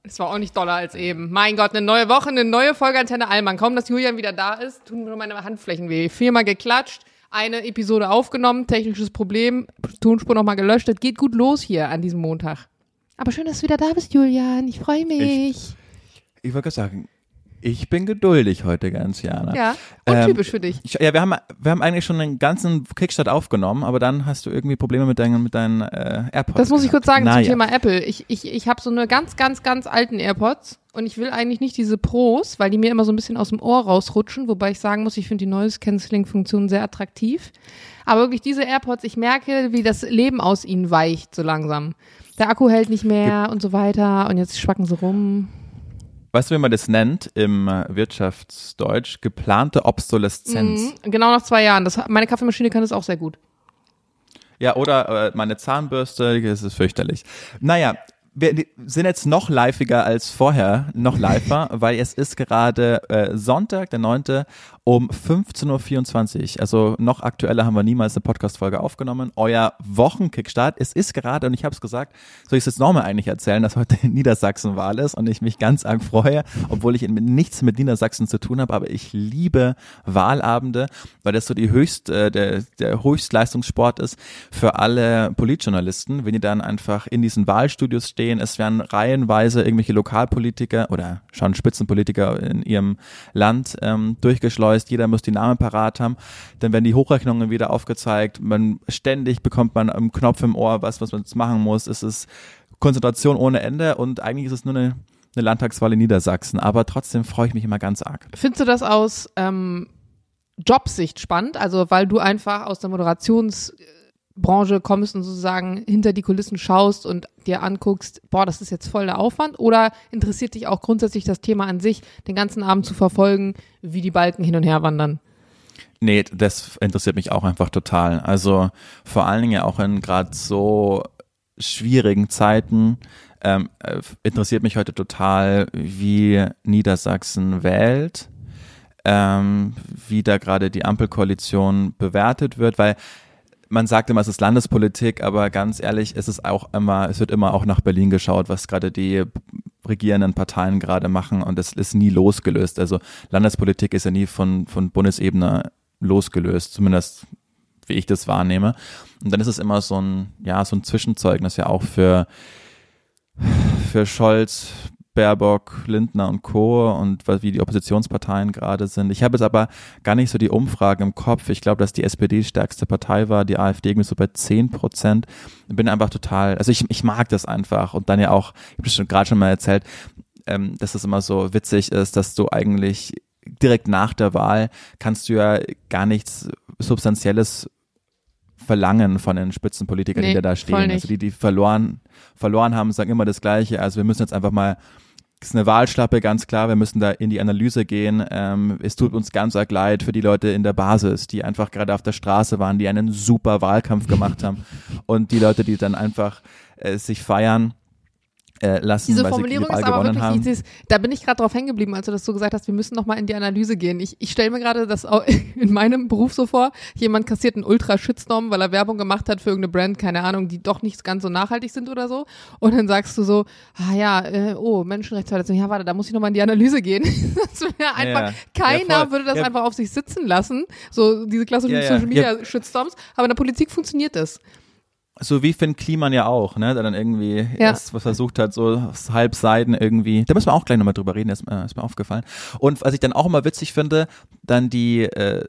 Es war auch nicht doller als eben. Mein Gott, eine neue Woche, eine neue Folge Antenne Allmann. Kaum, dass Julian wieder da ist, tun mir meine Handflächen weh. 4-mal geklatscht, eine Episode aufgenommen, technisches Problem, Tonspur nochmal gelöscht. Das geht gut los hier an diesem Montag. Aber schön, dass du wieder da bist, Julian. Ich freue mich. Ich wollte gerade sagen, ich bin geduldig heute, ganz Jana. Ja, untypisch für dich. Wir haben eigentlich schon den ganzen Kickstart aufgenommen, aber dann hast du irgendwie Probleme mit deinen AirPods. Das muss ich kurz sagen zum Thema Apple. Ich habe so eine ganz, ganz, ganz alten AirPods und ich will eigentlich nicht diese Pros, weil die mir immer so ein bisschen aus dem Ohr rausrutschen, wobei ich sagen muss, ich finde die Noise-Canceling-Funktion sehr attraktiv. Aber wirklich diese AirPods, ich merke, wie das Leben aus ihnen weicht so langsam. Der Akku hält nicht mehr und so weiter und jetzt schwacken sie rum. Weißt du, wie man das nennt im Wirtschaftsdeutsch? Geplante Obsoleszenz. Genau nach 2 Jahren. Meine Kaffeemaschine kann das auch sehr gut. Ja, oder meine Zahnbürste, das ist fürchterlich. Naja, wir sind jetzt noch liveiger als vorher, noch liver, weil es ist gerade Sonntag, der 9. um 15.24 Uhr. Also noch aktueller haben wir niemals eine Podcast-Folge aufgenommen. Euer Wochenkickstart. Es ist gerade, und ich habe es gesagt, soll ich es jetzt nochmal eigentlich erzählen, dass heute Niedersachsen-Wahl ist und ich mich ganz arg freue, obwohl ich nichts mit Niedersachsen zu tun habe, aber ich liebe Wahlabende, weil das so der Höchstleistungssport ist für alle Politjournalisten, wenn die dann einfach in diesen Wahlstudios stehen. Es werden reihenweise irgendwelche Lokalpolitiker oder schon Spitzenpolitiker in ihrem Land durchgeschleust. Jeder muss die Namen parat haben. Dann werden die Hochrechnungen wieder aufgezeigt. Ständig bekommt man einen Knopf im Ohr, was man jetzt machen muss. Es ist Konzentration ohne Ende und eigentlich ist es nur eine Landtagswahl in Niedersachsen. Aber trotzdem freue ich mich immer ganz arg. Findest du das aus Jobsicht spannend? Also weil du einfach aus der Moderationsbranche kommst und sozusagen hinter die Kulissen schaust und dir anguckst, boah, das ist jetzt voll der Aufwand, oder interessiert dich auch grundsätzlich das Thema an sich, den ganzen Abend zu verfolgen, wie die Balken hin und her wandern? Nee, das interessiert mich auch einfach total. Also vor allen Dingen ja auch in gerade so schwierigen Zeiten interessiert mich heute total, wie Niedersachsen wählt, wie da gerade die Ampelkoalition bewertet wird, weil man sagt immer, es ist Landespolitik, aber ganz ehrlich, es wird immer auch nach Berlin geschaut, was gerade die regierenden Parteien gerade machen, und es ist nie losgelöst. Also Landespolitik ist ja nie von Bundesebene losgelöst, zumindest wie ich das wahrnehme. Und dann ist es immer so ein Zwischenzeugnis ja auch für Scholz, Baerbock, Lindner und Co. und wie die Oppositionsparteien gerade sind. Ich habe jetzt aber gar nicht so die Umfragen im Kopf. Ich glaube, dass die SPD die stärkste Partei war, die AfD irgendwie so bei 10%. Ich bin einfach total, also ich mag das einfach, und dann ja auch, ich habe das gerade schon mal erzählt, dass es immer so witzig ist, dass du eigentlich direkt nach der Wahl kannst du ja gar nichts Substanzielles verlangen von den Spitzenpolitikern, die da stehen. Also die verloren haben, sagen immer das Gleiche. Also wir müssen jetzt einfach mal, das ist eine Wahlschlappe, ganz klar, wir müssen da in die Analyse gehen. Es tut uns ganz arg leid für die Leute in der Basis, die einfach gerade auf der Straße waren, die einen super Wahlkampf gemacht haben, und die Leute, die dann einfach sich feiern lassen, diese weil Formulierung sie die Wahl ist aber gewonnen haben. wirklich, da bin ich gerade drauf hängen geblieben, als du das so gesagt hast, wir müssen nochmal in die Analyse gehen. Ich stelle mir gerade das auch in meinem Beruf so vor, jemand kassiert einen Ultra-Shitstorm, weil er Werbung gemacht hat für irgendeine Brand, keine Ahnung, die doch nicht ganz so nachhaltig sind oder so, und dann sagst du so, Menschenrechtsverletzung, ja warte, da muss ich nochmal in die Analyse gehen. Das wäre einfach, keiner würde das einfach auf sich sitzen lassen, so diese klassischen Social-Media-Shitstorms, aber in der Politik funktioniert das. So wie Finn Kliman ja auch, ne, der dann irgendwie erst was versucht hat, so halb Seiten irgendwie, da müssen wir auch gleich nochmal drüber reden, ist mir aufgefallen. Und was ich dann auch immer witzig finde, dann die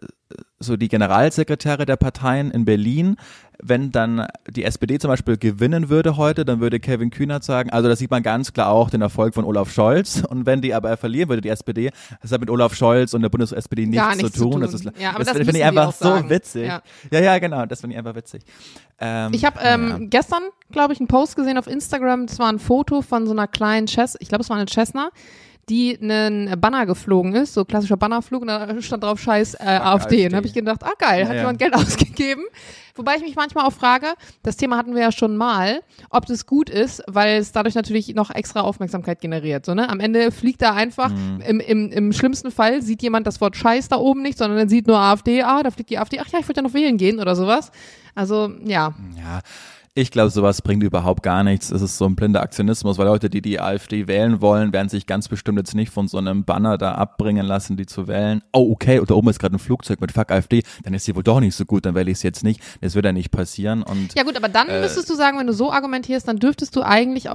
Generalsekretäre der Parteien in Berlin, wenn dann die SPD zum Beispiel gewinnen würde heute, dann würde Kevin Kühnert sagen, also da sieht man ganz klar auch den Erfolg von Olaf Scholz, und wenn die aber verlieren würde, die SPD, das hat mit Olaf Scholz und der Bundes-SPD nichts zu tun. Das finde ich einfach so witzig. Ja, genau, das finde ich einfach witzig. Ich habe gestern, glaube ich, einen Post gesehen auf Instagram, das war ein Foto von so einer kleinen ich glaube, es war eine Cessna, die einen Banner geflogen ist, so klassischer Bannerflug, und da stand drauf Scheiß AfD. Und dann habe ich gedacht, geil, hat jemand Geld ausgegeben. Wobei ich mich manchmal auch frage, das Thema hatten wir ja schon mal, ob das gut ist, weil es dadurch natürlich noch extra Aufmerksamkeit generiert. So, ne? Am Ende fliegt da einfach, im schlimmsten Fall sieht jemand das Wort Scheiß da oben nicht, sondern dann sieht nur AfD, da fliegt die AfD, ach ja, ich würde ja noch wählen gehen oder sowas. Also, ja. Ja, Ich glaube, sowas bringt überhaupt gar nichts. Es ist so ein blinder Aktionismus, weil Leute, die die AfD wählen wollen, werden sich ganz bestimmt jetzt nicht von so einem Banner da abbringen lassen, die zu wählen. Oh, okay, und da oben ist gerade ein Flugzeug mit Fuck AfD, dann ist sie wohl doch nicht so gut, dann wähle ich es jetzt nicht. Das wird ja nicht passieren. Und ja gut, aber dann müsstest du sagen, wenn du so argumentierst, dann müsstest du eigentlich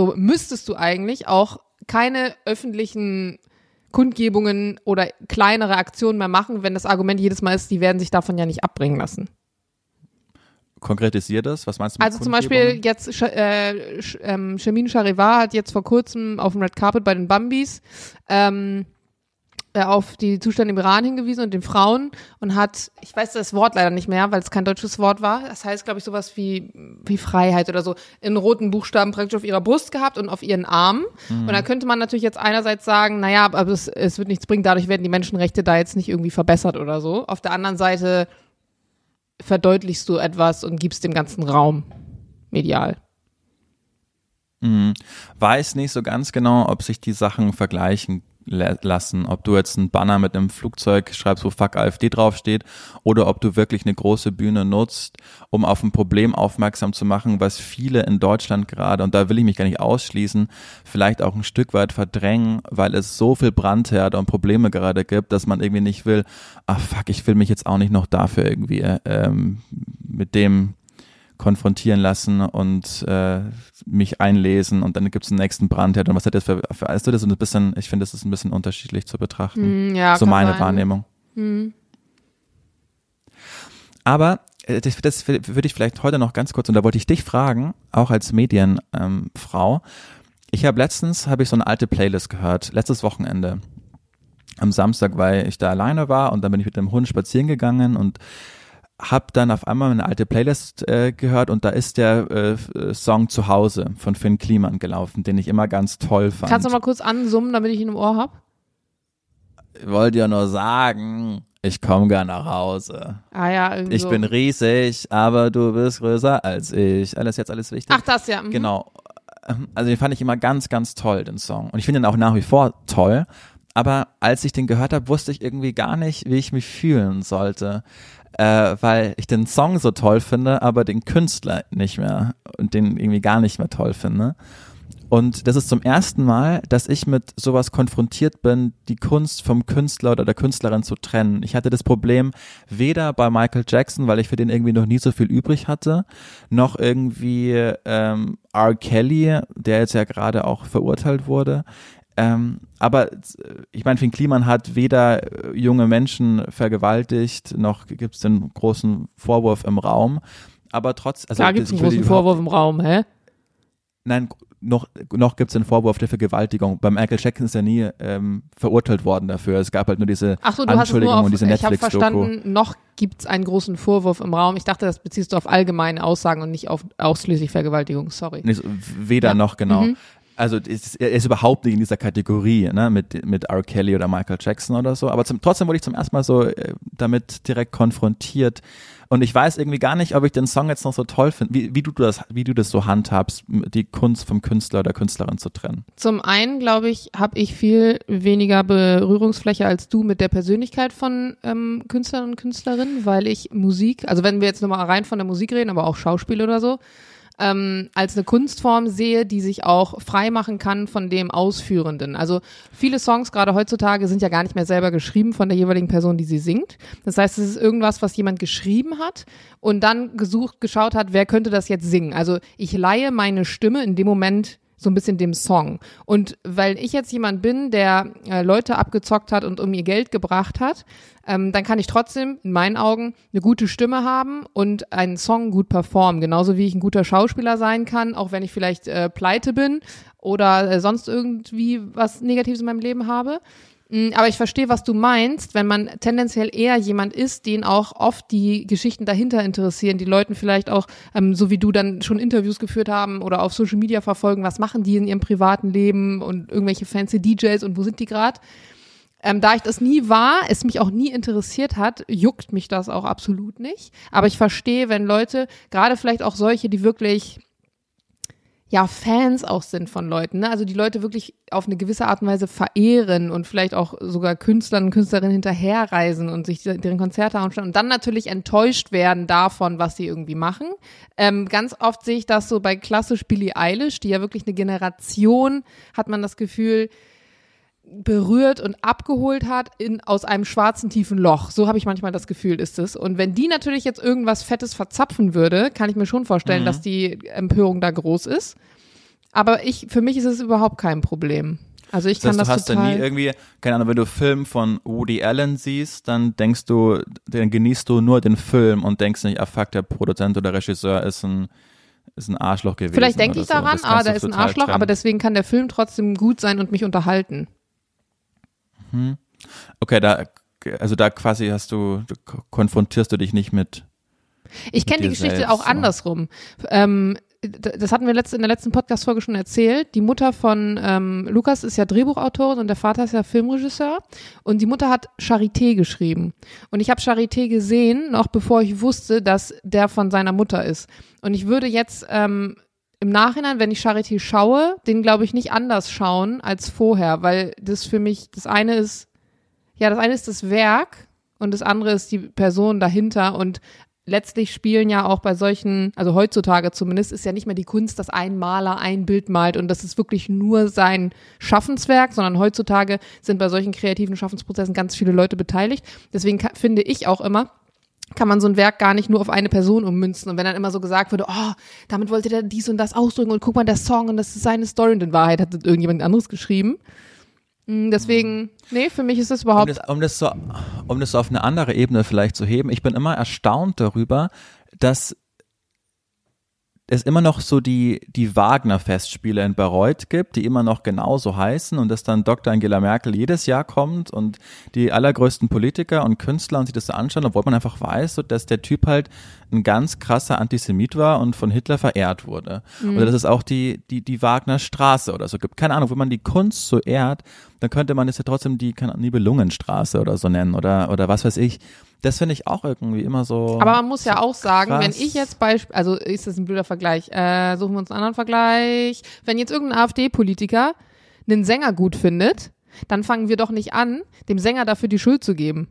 auch keine öffentlichen Kundgebungen oder kleinere Aktionen mehr machen, wenn das Argument jedes Mal ist, die werden sich davon ja nicht abbringen lassen. Konkretisier das, was meinst du mit Also zum Beispiel jetzt Shemin Charivar hat jetzt vor kurzem auf dem Red Carpet bei den Bambis auf die Zustände im Iran hingewiesen und den Frauen und hat, ich weiß das Wort leider nicht mehr, weil es kein deutsches Wort war, das heißt glaube ich sowas wie Freiheit oder so, in roten Buchstaben praktisch auf ihrer Brust gehabt und auf ihren Armen. Und da könnte man natürlich jetzt einerseits sagen, naja, aber es wird nichts bringen, dadurch werden die Menschenrechte da jetzt nicht irgendwie verbessert oder so. Auf der anderen Seite verdeutlichst du etwas und gibst dem ganzen Raum medial. Weiß nicht so ganz genau, ob sich die Sachen vergleichen lassen, ob du jetzt einen Banner mit einem Flugzeug schreibst, wo Fuck AfD draufsteht, oder ob du wirklich eine große Bühne nutzt, um auf ein Problem aufmerksam zu machen, was viele in Deutschland gerade, und da will ich mich gar nicht ausschließen, vielleicht auch ein Stück weit verdrängen, weil es so viel Brandherde und Probleme gerade gibt, dass man irgendwie nicht will, ach fuck, ich will mich jetzt auch nicht noch dafür irgendwie mit dem konfrontieren lassen und mich einlesen und dann gibt es einen nächsten Brandherd und was hat das für weißt du, das ist ein bisschen, ich finde, das ist ein bisschen unterschiedlich zu betrachten. Ja, so meine Wahrnehmung. Aber das würde ich vielleicht heute noch ganz kurz, und da wollte ich dich fragen, auch als Medienfrau. Letztens habe ich so eine alte Playlist gehört, letztes Wochenende. Am Samstag, weil ich da alleine war und dann bin ich mit dem Hund spazieren gegangen und hab dann auf einmal eine alte Playlist gehört und da ist der Song Zuhause von Finn Kliman gelaufen, den ich immer ganz toll fand. Kannst du mal kurz ansummen, damit ich ihn im Ohr hab? Ich wollte ja nur sagen, ich komme gern nach Hause. Ah ja, irgendwie ich bin riesig, aber du bist größer als ich. Alles wichtig. Ach, das ja. Genau. Also den fand ich immer ganz, ganz toll, den Song. Und ich finde ihn auch nach wie vor toll. Aber als ich den gehört habe, wusste ich irgendwie gar nicht, wie ich mich fühlen sollte. Weil ich den Song so toll finde, aber den Künstler nicht mehr und den irgendwie gar nicht mehr toll finde. Und das ist zum ersten Mal, dass ich mit sowas konfrontiert bin, die Kunst vom Künstler oder der Künstlerin zu trennen. Ich hatte das Problem weder bei Michael Jackson, weil ich für den irgendwie noch nie so viel übrig hatte, noch irgendwie R. Kelly, der jetzt ja gerade auch verurteilt wurde. Aber ich meine, Finn Kliman hat weder junge Menschen vergewaltigt, noch gibt es den großen Vorwurf im Raum. Aber trotzdem. Also, da gibt es einen großen Vorwurf im Raum, hä? Nein, noch gibt es den Vorwurf der Vergewaltigung. Bei Michael Jackson ist er nie verurteilt worden dafür. Es gab halt nur diese Anschuldigung und diese Netflix-Doku. Ich habe verstanden, noch gibt es einen großen Vorwurf im Raum. Ich dachte, das beziehst du auf allgemeine Aussagen und nicht auf ausschließlich Vergewaltigung, sorry. Weder noch, genau. Also er ist überhaupt nicht in dieser Kategorie, ne, mit R. Kelly oder Michael Jackson oder so. Aber trotzdem wurde ich zum ersten Mal so damit direkt konfrontiert. Und ich weiß irgendwie gar nicht, ob ich den Song jetzt noch so toll finde, wie du das so handhabst, die Kunst vom Künstler oder Künstlerin zu trennen. Zum einen, glaube ich, habe ich viel weniger Berührungsfläche als du mit der Persönlichkeit von Künstlern und Künstlerinnen, weil ich Musik, also wenn wir jetzt nochmal rein von der Musik reden, aber auch Schauspiel oder so, als eine Kunstform sehe, die sich auch frei machen kann von dem Ausführenden. Also viele Songs, gerade heutzutage, sind ja gar nicht mehr selber geschrieben von der jeweiligen Person, die sie singt. Das heißt, es ist irgendwas, was jemand geschrieben hat und dann geschaut hat, wer könnte das jetzt singen. Also ich leihe meine Stimme in dem Moment so ein bisschen dem Song. Und weil ich jetzt jemand bin, der Leute abgezockt hat und um ihr Geld gebracht hat, dann kann ich trotzdem in meinen Augen eine gute Stimme haben und einen Song gut performen. Genauso wie ich ein guter Schauspieler sein kann, auch wenn ich vielleicht pleite bin oder sonst irgendwie was Negatives in meinem Leben habe. Aber ich verstehe, was du meinst, wenn man tendenziell eher jemand ist, den auch oft die Geschichten dahinter interessieren, die Leuten vielleicht auch, so wie du dann schon Interviews geführt haben oder auf Social Media verfolgen, was machen die in ihrem privaten Leben und irgendwelche fancy DJs und wo sind die gerade? Da ich das nie war, es mich auch nie interessiert hat, juckt mich das auch absolut nicht. Aber ich verstehe, wenn Leute, gerade vielleicht auch solche, die wirklich ja, Fans auch sind von Leuten, ne? Also die Leute wirklich auf eine gewisse Art und Weise verehren und vielleicht auch sogar Künstlern und Künstlerinnen hinterherreisen und sich deren Konzerte anschauen und dann natürlich enttäuscht werden davon, was sie irgendwie machen. Ganz oft sehe ich das so bei klassisch Billie Eilish, die ja wirklich eine Generation, hat man das Gefühl, berührt und abgeholt hat aus einem schwarzen, tiefen Loch. So habe ich manchmal das Gefühl, ist es. Und wenn die natürlich jetzt irgendwas Fettes verzapfen würde, kann ich mir schon vorstellen, dass die Empörung da groß ist. Aber für mich ist es überhaupt kein Problem. Also ich kann das total. Du hast ja nie irgendwie, keine Ahnung, wenn du einen Film von Woody Allen siehst, dann genießt du nur den Film und denkst nicht, fuck, der Produzent oder Regisseur ist ein Arschloch gewesen. Vielleicht denke ich daran, der ist ein Arschloch, aber deswegen kann der Film trotzdem gut sein und mich unterhalten. Okay, da quasi konfrontierst du dich nicht mit. Ich kenne die Geschichte auch andersrum. Das hatten wir in der letzten Podcast-Folge schon erzählt. Die Mutter von Lukas ist ja Drehbuchautorin und der Vater ist ja Filmregisseur. Und die Mutter hat Charité geschrieben. Und ich habe Charité gesehen, noch bevor ich wusste, dass der von seiner Mutter ist. Und ich würde jetzt im Nachhinein, wenn ich Charité schaue, den glaube ich nicht anders schauen als vorher, weil das für mich, das eine ist das Werk und das andere ist die Person dahinter und letztlich spielen ja auch bei solchen, also heutzutage zumindest, ist ja nicht mehr die Kunst, dass ein Maler ein Bild malt und das ist wirklich nur sein Schaffenswerk, sondern heutzutage sind bei solchen kreativen Schaffensprozessen ganz viele Leute beteiligt. Deswegen finde ich auch immer, kann man so ein Werk gar nicht nur auf eine Person ummünzen. Und wenn dann immer so gesagt wurde, damit wollte der dies und das ausdrücken und guck mal, der Song und das ist seine Story und in Wahrheit hat das irgendjemand anderes geschrieben. Deswegen, für mich ist das überhaupt... Um das so auf eine andere Ebene vielleicht zu heben, ich bin immer erstaunt darüber, dass es immer noch so die Wagner-Festspiele in Bayreuth gibt, die immer noch genauso heißen und dass dann Dr. Angela Merkel jedes Jahr kommt und die allergrößten Politiker und Künstler und sich das so anschauen, obwohl man einfach weiß, so, dass der Typ halt ein ganz krasser Antisemit war und von Hitler verehrt wurde. Oder dass es auch die Wagner-Straße oder so gibt. Keine Ahnung, wenn man die Kunst so ehrt, dann könnte man es ja trotzdem die Nibelungenstraße oder so nennen oder was weiß ich. Das finde ich auch irgendwie immer so. Aber man muss ja auch sagen, krass. Wenn ich jetzt also ist das ein blöder Vergleich, suchen wir uns einen anderen Vergleich. Wenn jetzt irgendein AfD-Politiker einen Sänger gut findet, dann fangen wir doch nicht an, dem Sänger dafür die Schuld zu geben.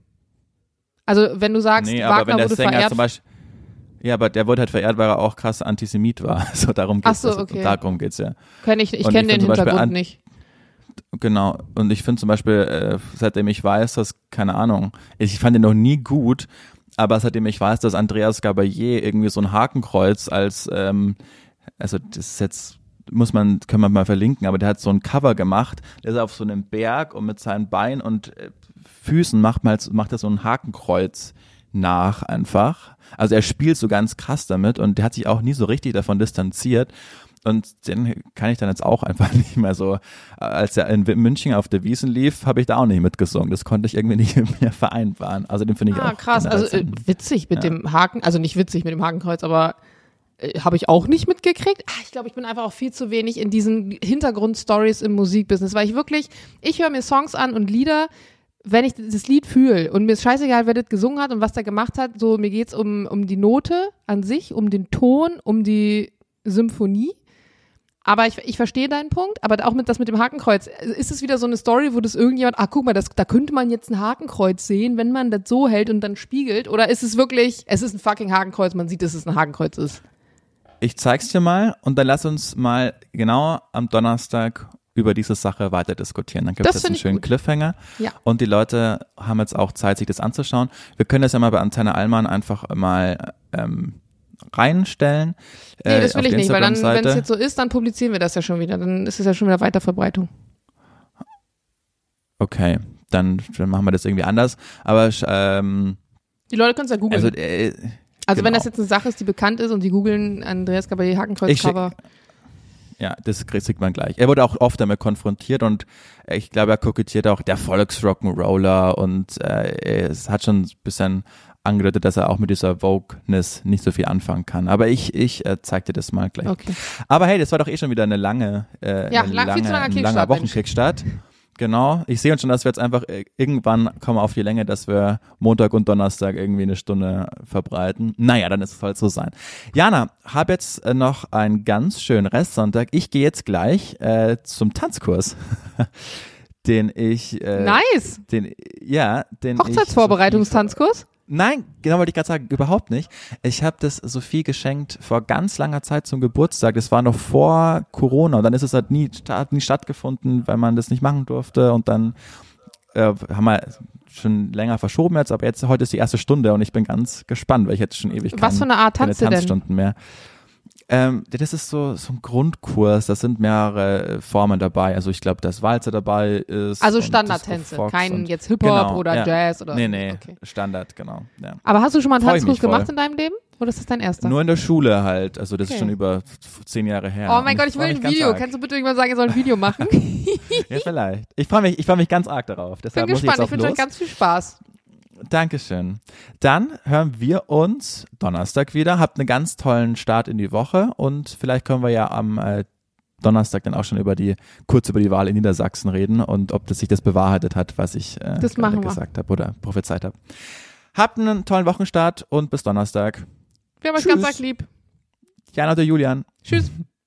Also wenn du sagst, Wagner wurde verehrt. Zum Beispiel, ja, aber der wurde halt verehrt, weil er auch krass Antisemit war. So, darum geht's. Ach so, okay. Darum geht's ja. Ich kenne den Hintergrund nicht. Genau, und ich finde zum Beispiel, seitdem ich weiß, dass, keine Ahnung, ich fand den noch nie gut, aber seitdem ich weiß, dass Andreas Gabalier irgendwie so ein Hakenkreuz als, also das ist jetzt, können wir mal verlinken, aber der hat so ein Cover gemacht, der ist auf so einem Berg und mit seinen Beinen und Füßen macht er so ein Hakenkreuz nach einfach. Also er spielt so ganz krass damit und der hat sich auch nie so richtig davon distanziert. Und den kann ich dann jetzt auch einfach nicht mehr so, als er in München auf der Wiesn lief, habe ich da auch nicht mitgesungen. Das konnte ich irgendwie nicht mehr vereinbaren. Also den finde ich auch krass, also witzig mit dem Haken, also nicht witzig mit dem Hakenkreuz, aber habe ich auch nicht mitgekriegt. Ich glaube, ich bin einfach auch viel zu wenig in diesen Hintergrundstories im Musikbusiness, weil ich höre mir Songs an und Lieder, wenn ich das Lied fühle und mir ist scheißegal, wer das gesungen hat und was der gemacht hat, so mir geht's um die Note an sich, um den Ton, um die Symphonie. Aber ich verstehe deinen Punkt, aber auch mit dem Hakenkreuz. Ist es wieder so eine Story, wo das irgendjemand, guck mal, da könnte man jetzt ein Hakenkreuz sehen, wenn man das so hält und dann spiegelt? Oder ist es wirklich, es ist ein fucking Hakenkreuz, man sieht, dass es ein Hakenkreuz ist? Ich zeig's dir mal und dann lass uns mal genau am Donnerstag über diese Sache weiter diskutieren. Dann gibt es einen schönen Cliffhanger. Ja. Und die Leute haben jetzt auch Zeit, sich das anzuschauen. Wir können das ja mal bei Antenne Allmann einfach mal reinstellen. Nee, das will ich nicht, weil dann, wenn es jetzt so ist, dann publizieren wir das ja schon wieder. Dann ist es ja schon wieder Weiterverbreitung. Okay, dann machen wir das irgendwie anders. Aber die Leute können es ja googeln. Also genau. Wenn das jetzt eine Sache ist, die bekannt ist und die googeln Andreas Gabalier Hakenkreuz-Cover. Ja, das kriegt man gleich. Er wurde auch oft damit konfrontiert und ich glaube, er kokettiert auch der Volksrock'n'Roller und es hat schon ein bisschen angedeutet, dass er auch mit dieser Wokeness nicht so viel anfangen kann. Aber ich zeig dir das mal gleich. Okay. Aber hey, das war doch schon wieder eine lange Wochenkickstart. Genau. Ich sehe uns schon, dass wir jetzt einfach irgendwann kommen auf die Länge, dass wir Montag und Donnerstag irgendwie eine Stunde verbreiten. Naja, dann ist es halt so sein. Jana, habe jetzt noch einen ganz schönen Restsonntag. Ich gehe jetzt gleich zum Tanzkurs, den ich nice. Den Hochzeitsvorbereitungstanzkurs? Nein, genau wollte ich gerade sagen, überhaupt nicht. Ich habe das Sophie geschenkt vor ganz langer Zeit zum Geburtstag. Das war noch vor Corona und dann ist es halt nie stattgefunden, weil man das nicht machen durfte und dann haben wir schon länger verschoben jetzt, aber heute ist die erste Stunde und ich bin ganz gespannt, weil ich jetzt schon ewig Was für eine Art keine tanzt du denn? Tanzstunden mehr. Das ist so ein Grundkurs, da sind mehrere Formen dabei. Also ich glaube, dass Walzer dabei ist. Also Standardtänze, kein jetzt Hip-Hop oder Jazz oder. Nee, okay. Standard, genau. Ja. Aber hast du schon mal einen Tanzkurs gemacht in deinem Leben? Oder ist das dein erster? Nur in der Schule halt, also das ist schon über 10 Jahre her. Oh mein Gott, ich will ein Video. Kannst du bitte irgendwann sagen, ihr sollt ein Video machen? Ja, vielleicht. Ich freu mich ganz arg darauf. Deshalb bin gespannt, ich wünsche euch ganz viel Spaß. Dankeschön. Dann hören wir uns Donnerstag wieder. Habt einen ganz tollen Start in die Woche und vielleicht können wir ja am Donnerstag dann auch schon kurz über die Wahl in Niedersachsen reden und ob sich das bewahrheitet hat, was ich gesagt habe oder prophezeit habe. Habt einen tollen Wochenstart und bis Donnerstag. Wir haben euch ganz arg lieb. Jana oder Julian. Tschüss.